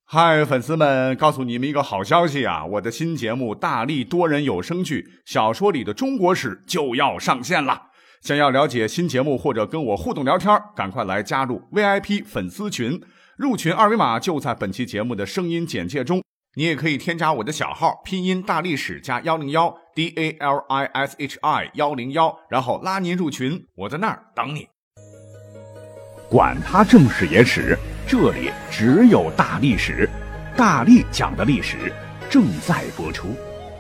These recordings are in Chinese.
嗨，粉丝们，告诉你们一个好消息啊！我的新节目《大力多人有声剧小说里的中国史》就要上线了。想要了解新节目或者跟我互动聊天，赶快来加入 VIP 粉丝群，入群二维码就在本期节目的声音简介中。你也可以添加我的小号，拼音大历史加101 DALISHI 101，然后拉您入群，我在那儿等你。 管他正史野史，这里只有大历史，大力讲的历史正在播出。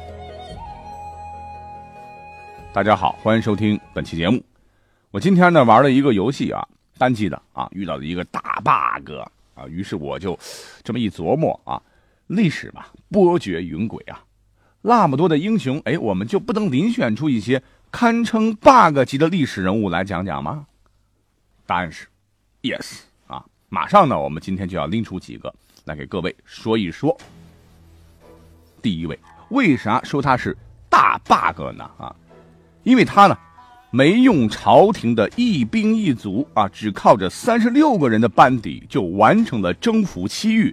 大家好，欢迎收听本期节目。我今天呢玩了一个游戏啊，单机的啊，遇到了一个大 bug 啊，于是我就这么一琢磨啊，历史嘛，波谲云诡啊，那么多的英雄，我们就不能遴选出一些堪称 bug 级的历史人物来讲讲吗？答案是 yes 啊。马上呢，我们今天就要拎出几个来给各位说一说。第一位，为啥说他是大 bug 呢？因为他呢没用朝廷的一兵一卒啊，只靠着36个人的班底就完成了征服西域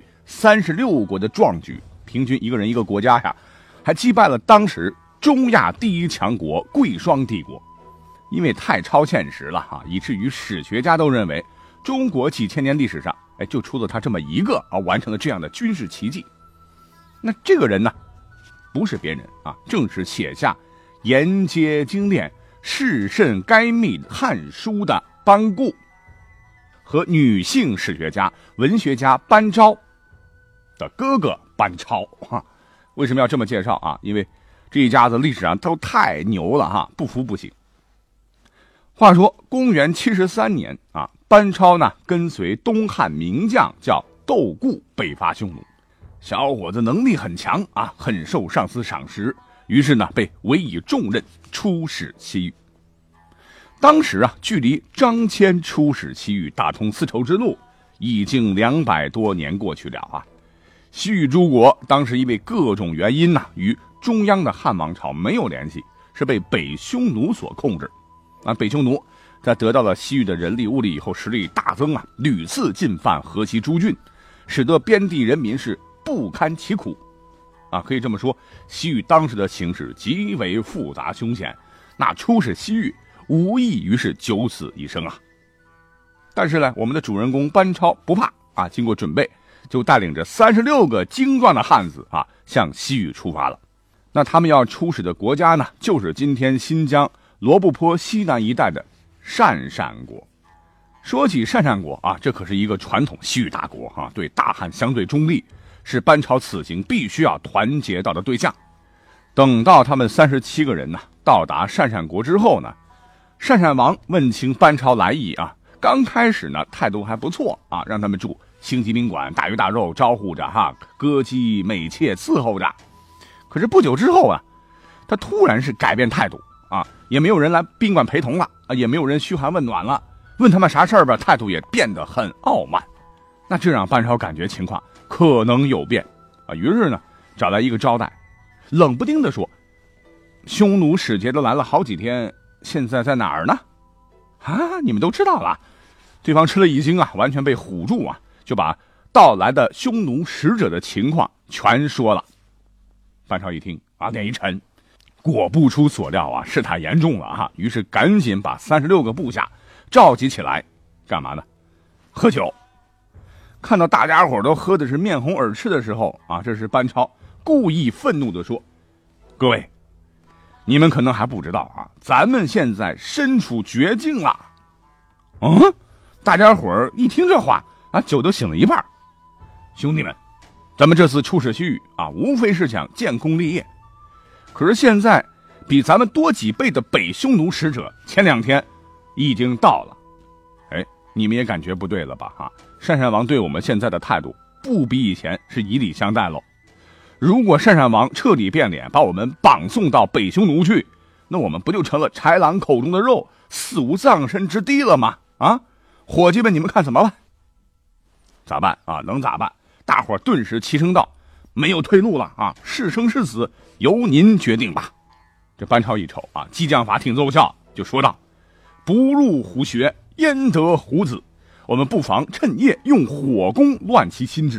36国的壮举，平均一个人一个国家呀，还击败了当时中亚第一强国贵霜帝国。因为太超现实了以至于史学家都认为中国几千年历史上就出了他这么一个完成了这样的军事奇迹。那这个人呢，不是别人正是写下沿街精炼世甚该密汉书的班固和女性史学家文学家班昭的哥哥班超为什么要这么介绍因为这一家子历史上都太牛了不服不行。话说公元73年班超呢跟随东汉名将叫窦固北伐匈奴，小伙子能力很强很受上司赏识，于是呢被委以重任出使西域。当时距离张骞出使西域打通丝绸之路已经200多年过去了西域诸国当时因为各种原因与中央的汉王朝没有联系，是被北匈奴所控制。北匈奴在得到了西域的人力物力以后，实力大增屡次进犯河西诸郡，使得边地人民是不堪其苦可以这么说，西域当时的形势极为复杂凶险，那出使西域无异于是九死一生但是呢，我们的主人公班超不怕经过准备，就带领着36个精壮的汉子向西域出发了。那他们要出使的国家呢，就是今天新疆罗布泊西南一带的鄯善国。说起鄯善国这可是一个传统西域大国对大汉相对中立，是班超此行必须要团结到的对象。等到他们37个人到达鄯善国之后呢，鄯善王问清班超来意刚开始呢态度还不错让他们住星级宾馆，大鱼大肉招呼着歌姬美妾伺候着。可是不久之后他突然是改变态度也没有人来宾馆陪同了也没有人嘘寒问暖了，问他们啥事儿吧，态度也变得很傲慢。那这让班超感觉情况可能有变于是呢找来一个招待，冷不丁的说，匈奴使节都来了好几天，现在在哪儿呢？你们都知道了。对方吃了一惊完全被唬住就把到来的匈奴使者的情况全说了。班超一听脸一沉，果不出所料事态严重了于是赶紧把36个部下召集起来，干嘛呢？喝酒。看到大家伙都喝的是面红耳赤的时候这时班超故意愤怒地说，各位，你们可能还不知道咱们现在身处绝境了。大家伙一听这话酒都醒了一半。兄弟们，咱们这次出使西域无非是想建功立业，可是现在比咱们多几倍的北匈奴使者前2天已经到了。你们也感觉不对了吧鄯善王对我们现在的态度不比以前是以礼相待喽。如果鄯善王彻底变脸，把我们绑送到北匈奴去，那我们不就成了豺狼口中的肉，死无葬身之地了吗？伙计们，你们看怎么办？咋办能咋办？大伙顿时齐声道，没有退路了是生是死由您决定吧。这班超一瞅激将法挺奏效，就说道，不入虎穴焉得虎子，我们不妨趁夜用火攻乱其心智。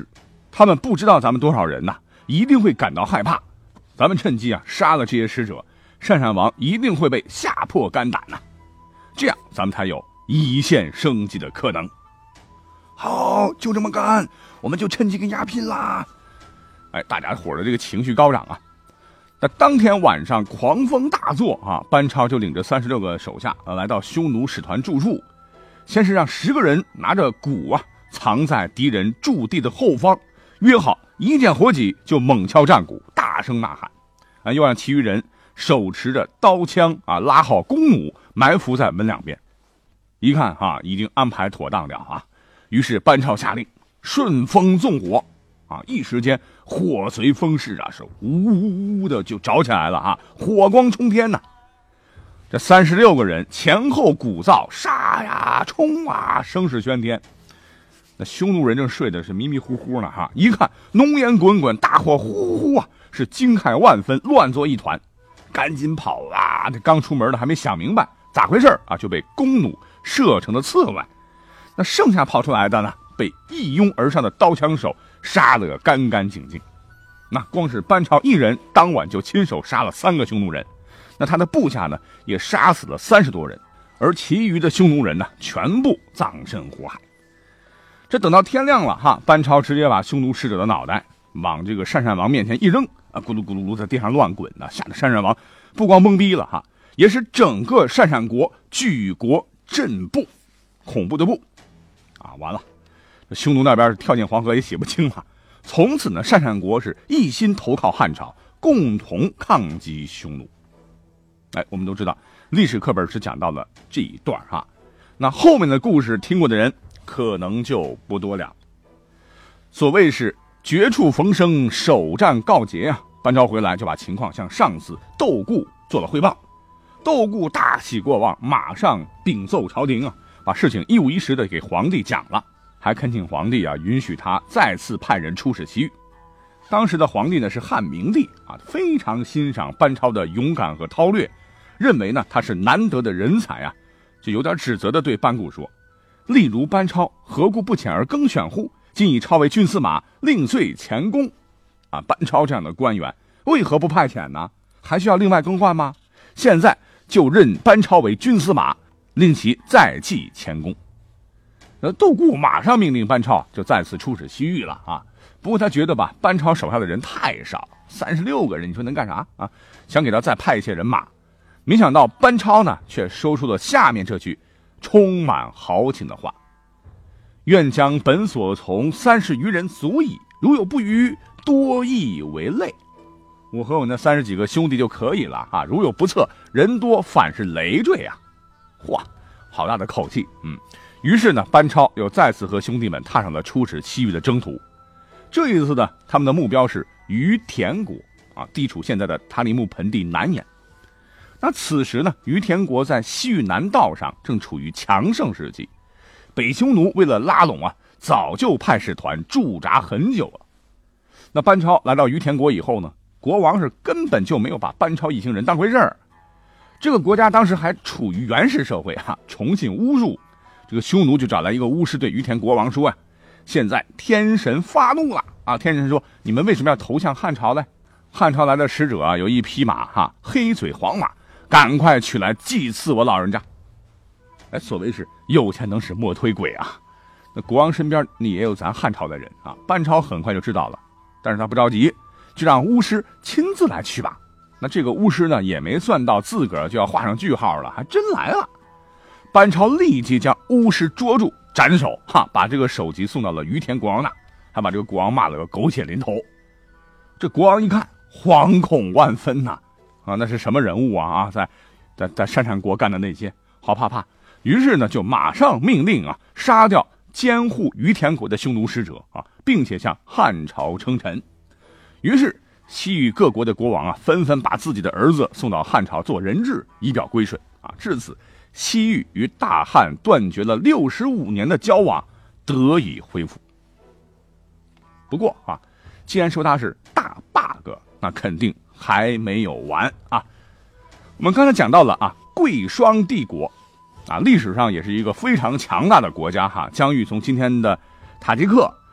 他们不知道咱们多少人呐，一定会感到害怕。咱们趁机啊杀了这些使者，鄯善王一定会被吓破肝胆呐，这样咱们才有一线生机的可能。好，就这么干，我们就趁机跟鸦拼啦！哎，大家伙的这个情绪高涨啊。那当天晚上狂风大作啊，班超就领着36个手下来到匈奴使团住处，先是让10个人拿着鼓啊藏在敌人驻地的后方，约好一见火起就猛敲战鼓，大声呐喊啊，又让其余人手持着刀枪啊，拉好弓弩，埋伏在门两边。一看啊，已经安排妥当了啊，于是班超下令顺风纵火啊，一时间火随风势啊，是呜呜的就着起来了啊，火光冲天呐！这36个人前后鼓噪，杀呀冲啊，声势喧天。那匈奴人正睡的是迷迷糊糊呢哈，一看浓烟滚滚，大火呼呼啊，是惊骇万分，乱作一团，赶紧跑啊！这刚出门的还没想明白咋回事啊，就被弓弩射成了刺猬。那剩下跑出来的呢，被一拥而上的刀枪手杀了个干干净净。那光是班超一人当晚就亲手杀了3个匈奴人，那他的部下呢也杀死了30多人，而其余的匈奴人呢全部葬身火海。这等到天亮了哈，班超直接把匈奴使者的脑袋往这个鄯善王面前一扔啊，咕噜咕噜噜在地上乱滚呢，吓得鄯善王不光懵逼了哈，也是整个鄯善国举国震怖，恐怖的怖啊！完了，这匈奴那边跳进黄河也洗不清了。从此呢，鄯善国是一心投靠汉朝，共同抗击匈奴。哎，我们都知道历史课本是讲到了这一段哈，那后面的故事听过的人可能就不多了。所谓是绝处逢生，首战告捷啊！班超回来就把情况向上司窦固做了汇报，窦固大喜过望，马上禀奏朝廷啊，把事情一五一十的给皇帝讲了，还恳请皇帝啊允许他再次派人出使西域。当时的皇帝呢是汉明帝啊，非常欣赏班超的勇敢和韬略，认为呢他是难得的人才啊，就有点指责的对班固说：“例如班超，何故不遣而更选乎？今以超为军司马，另遂前功。啊，班超这样的官员，为何不派遣呢？还需要另外更换吗？现在就任班超为军司马，令其再继前功。”窦固马上命令班超就再次出使西域了啊。不过他觉得吧，班超手下的人太少，36个人，你说能干啥啊？想给他再派一些人马。没想到班超呢，却说出了下面这句充满豪情的话：“愿将本所从30余人足矣，如有不虞，多益为累。我和我那30几个兄弟就可以了啊，如有不测，人多反是累赘啊！”哇，好大的口气，于是呢，班超又再次和兄弟们踏上了出使西域的征途。这一次呢，他们的目标是于田国啊，地处现在的塔里木盆地南沿。那此时呢，于田国在西域南道上正处于强盛时期，北匈奴为了拉拢啊，早就派使团驻扎很久了。那班超来到于田国以后呢，国王是根本就没有把班超一行人当回事儿。这个国家当时还处于原始社会啊，崇信巫术。这个匈奴就找来一个巫师对于田国王说啊，现在天神发怒了啊！天神说，你们为什么要投向汉朝呢？汉朝来的使者啊，有一匹马哈，黑嘴黄马，赶快取来祭祀我老人家。哎，所谓是有钱能使磨推鬼啊。那国王身边你也有咱汉朝的人啊，班超很快就知道了，但是他不着急，就让巫师亲自来取吧。那这个巫师呢，也没算到自个儿就要画上句号了，还真来了。班超立即将巫师捉住斩首哈，把这个首级送到了于田国王那，还把这个国王骂了个狗血淋头。这国王一看，惶恐万分呐！啊，那是什么人物啊？在鄯善国干的那些，好怕怕。于是呢，就马上命令啊，杀掉监护于田国的匈奴使者啊，并且向汉朝称臣。于是西域各国的国王啊，纷纷把自己的儿子送到汉朝做人质，以表归顺啊。至此，西域与大汉断绝了65年的交往得以恢复。不过啊，既然说它是大 bug， 那肯定还没有完啊。我们刚才讲到了啊，贵霜帝国啊，历史上也是一个非常强大的国家哈，疆域从今天的塔吉克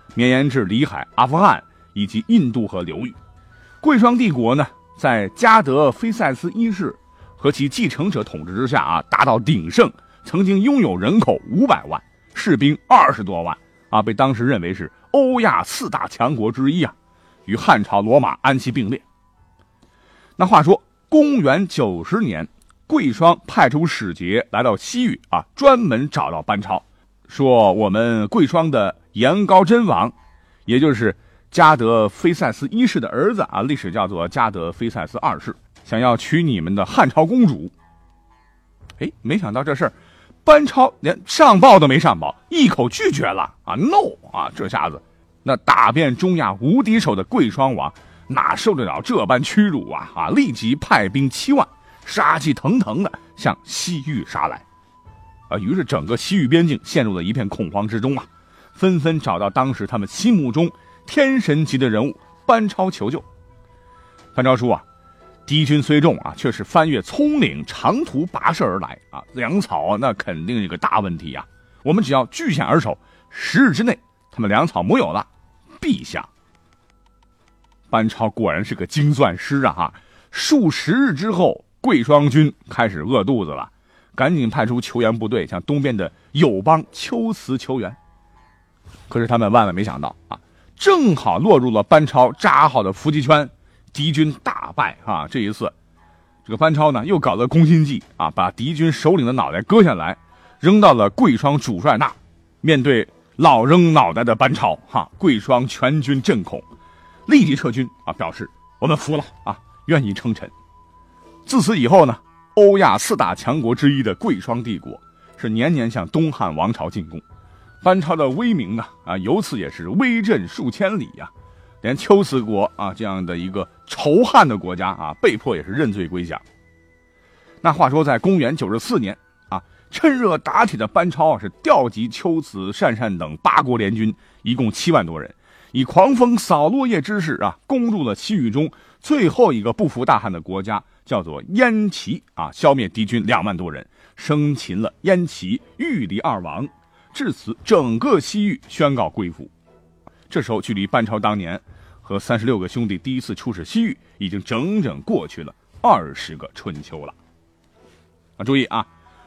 绵延至里海、阿富汗以及印度河流域。贵霜帝国呢，在加德菲塞斯一世和其继承者统治之下达到鼎盛，曾经拥有人口500万，士兵20多万被当时认为是欧亚4大强国之一与汉朝、罗马安齐并列。那话说，公元90年，贵霜派出使节来到西域专门找到班超，说我们贵霜的延高真王，也就是加德菲塞斯一世的儿子历史叫做加德菲塞斯二世，想要娶你们的汉朝公主。没想到这事儿，班超连上报都没上报，一口拒绝了no 这下子，那打遍中亚无敌手的贵霜王哪受得了这般屈辱立即派兵7万，杀气腾腾的向西域杀来。于是整个西域边境陷入了一片恐慌之中纷纷找到当时他们心目中天神级的人物班超求救。班超说敌军虽众却是翻越葱岭长途跋涉而来粮草那肯定是个大问题我们只要据险而守，10日之内他们粮草没有了，陛下。班超果然是个精算师数十日之后，贵霜军开始饿肚子了，赶紧派出求援部队向东边的友邦龟兹求援。可是他们万万没想到正好落入了班超扎好的伏击圈，敌军大败这一次这个班超呢又搞了攻心计把敌军首领的脑袋割下来扔到了贵霜主帅那。面对老扔脑袋的班超贵霜全军震恐，立即撤军表示我们服了愿意称臣。自此以后呢，欧亚4大强国之一的贵霜帝国是年年向东汉王朝进贡，班超的威名由此也是威震数千里连龟兹国这样的一个仇汉的国家被迫也是认罪归降。那话说在公元94年趁热打铁的班超是调集龟兹、鄯善等8国联军，一共7万多人，以狂风扫落叶之势攻入了西域中最后一个不服大汉的国家，叫做燕齐消灭敌军2万多人，生擒了燕齐、玉离2王。至此整个西域宣告归服。这时候距离班超当年和36个兄弟第一次出使西域已经整整过去了20个春秋了。注意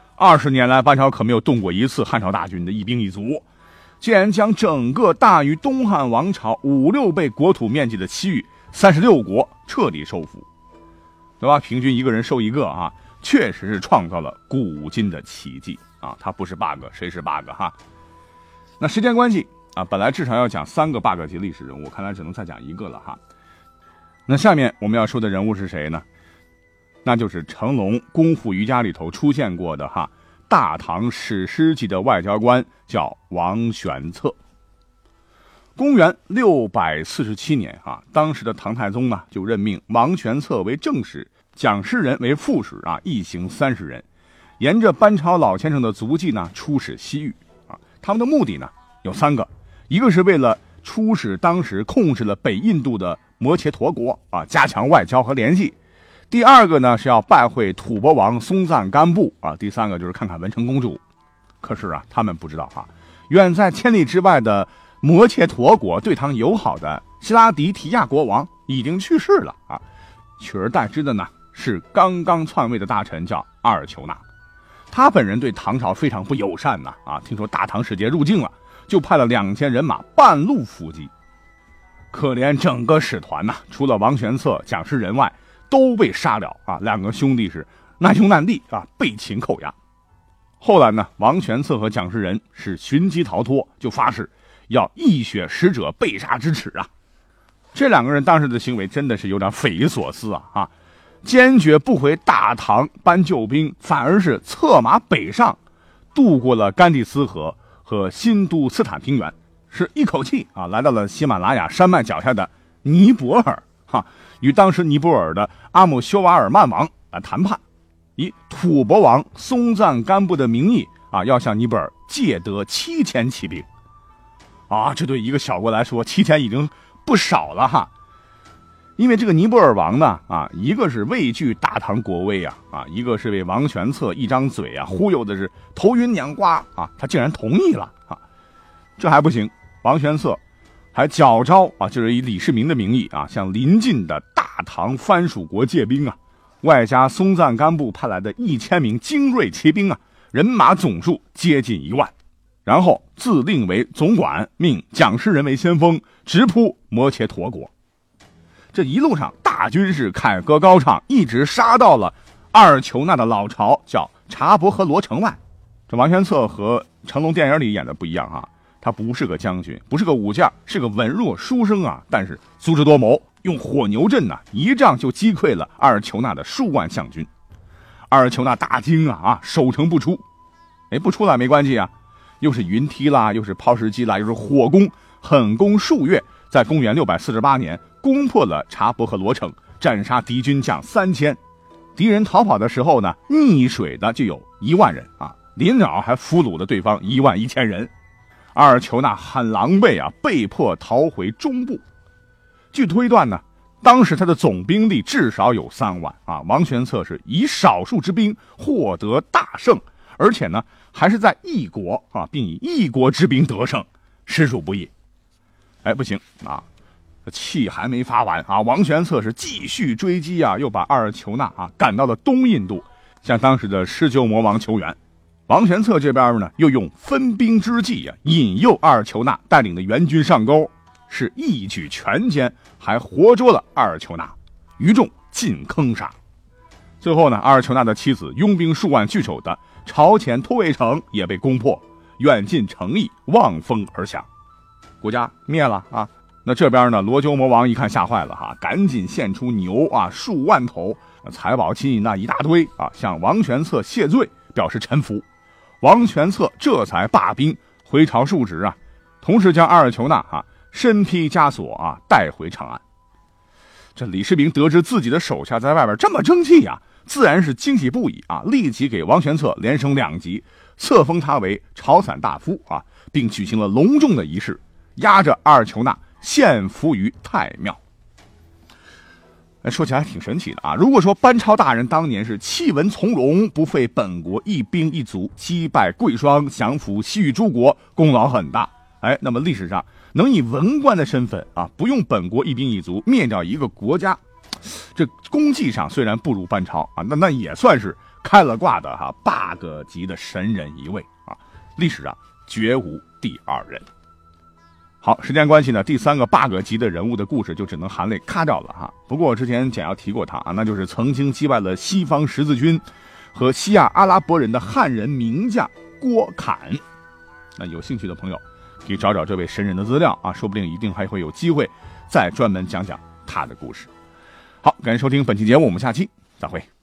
20年来班超可没有动过一次汉朝大军的一兵一卒，竟然将整个大于东汉王朝5-6倍国土面积的西域36国彻底收复，对吧？平均一个人收一个确实是创造了古今的奇迹它不是 bug 谁是 bug 那时间关系本来至少要讲3个 bug 级历史人物，看来只能再讲1个了那下面我们要说的人物是谁呢？那就是成龙《功夫瑜伽》里头出现过的大唐史诗级的外交官，叫王玄策。公元647年当时的唐太宗呢就任命王玄策为正使，蒋士仁为副使一行30人，沿着班超老先生的足迹呢出使西域他们的目的呢有3个，一个是为了出使当时控制了北印度的摩羯陀国加强外交和联系，第2个呢是要拜会吐蕃王松赞干布第3个就是看看文成公主。可是他们不知道远在千里之外的摩羯陀国对唐友好的希拉迪提亚国王已经去世了取而代之的呢是刚刚篡位的大臣叫阿尔求纳。他本人对唐朝非常不友善听说大唐使节入境了，就派了2000人马半路伏击。可怜整个使团除了王玄策、蒋士仁外都被杀了2个兄弟是难兄难弟被擒扣押。后来呢，王玄策和蒋士仁是寻机逃脱，就发誓要一雪使者被杀之耻这2个人当时的行为真的是有点匪夷所思坚决不回大唐搬救兵，反而是策马北上，渡过了甘地斯河和新都斯坦平原，是一口气来到了喜马拉雅山脉脚下的尼泊尔与当时尼泊尔的阿姆修瓦尔曼王谈判，以吐蕃王松赞干布的名义要向尼泊尔借得7000骑兵这对一个小国来说7000已经不少了因为这个尼泊尔王呢一个是畏惧大唐国威一个是被王玄策一张嘴忽悠的是头晕眼花他竟然同意了这还不行，王玄策还矫诏啊，就是以李世民的名义啊，向邻近的大唐藩属国借兵啊，外加松赞干布派来的1000名精锐骑兵啊，人马总数接近1万。然后自令为总管，命蒋师仁为先锋，直扑摩羯陀国。这一路上大军是凯歌高唱，一直杀到了阿尔求那的老巢，叫察伯和罗城外。这王玄策和成龙电影里演的不一样啊，他不是个将军，不是个武将，是个文弱书生啊，但是足智多谋，用火牛阵呢，一仗就击溃了阿尔求那的数万项军。阿尔求那大惊啊，守城不出。不出来没关系啊，又是云梯啦，又是抛石机啦，又是火攻，狠攻数月，在公元648年攻破了察伯和罗城，斩杀敌军将3000。敌人逃跑的时候呢，溺水的就有1万人啊，临了还俘虏了对方11000人。阿尔求那很狼狈啊，被迫逃回中部。据推断呢，当时他的总兵力至少有3万啊。王玄策是以少数之兵获得大胜，而且呢还是在异国啊，并以异国之兵得胜，实属不易。不行啊，气还没发完啊，王玄策是继续追击啊，又把阿尔求那啊赶到了东印度，向当时的狮鹫魔王求援。王玄策这边呢，又用分兵之计啊，引诱阿尔求那带领的援军上钩，是一举全歼，还活捉了阿尔求那，余众尽坑杀。最后呢，阿尔求那的妻子拥兵数万据守的朝鲜托卫城也被攻破，远近城邑望风而降，国家灭了啊。那这边呢，罗鸠魔王一看吓坏了哈，赶紧献出牛啊数万头，财宝金银那一大堆啊，向王玄策谢罪，表示臣服。王玄策这才罢兵回朝述职啊，同时将阿尔求那啊身披枷锁啊带回长安。这李世民得知自己的手下在外边这么争气啊，自然是惊喜不已啊，立即给王玄策连升2级，册封他为朝散大夫啊，并举行了隆重的仪式，押着阿尔求那献俘于太庙。说起来挺神奇的啊！如果说班超大人当年是弃文从戎，不费本国一兵一卒，击败贵霜，降服西域诸国，功劳很大。那么历史上能以文官的身份啊，不用本国一兵一卒灭掉一个国家，这功绩上虽然不如班超啊，那也算是开了挂的bug 级的神人一位啊，历史上绝无第2人。好，时间关系呢，第3个 bug 级的人物的故事就只能含泪咔掉了哈。不过之前简要提过他啊，那就是曾经击败了西方十字军和西亚阿拉伯人的汉人名将郭侃。那有兴趣的朋友可以找找这位神人的资料啊，说不定一定还会有机会再专门讲讲他的故事。好，感谢收听本期节目，我们下期再会。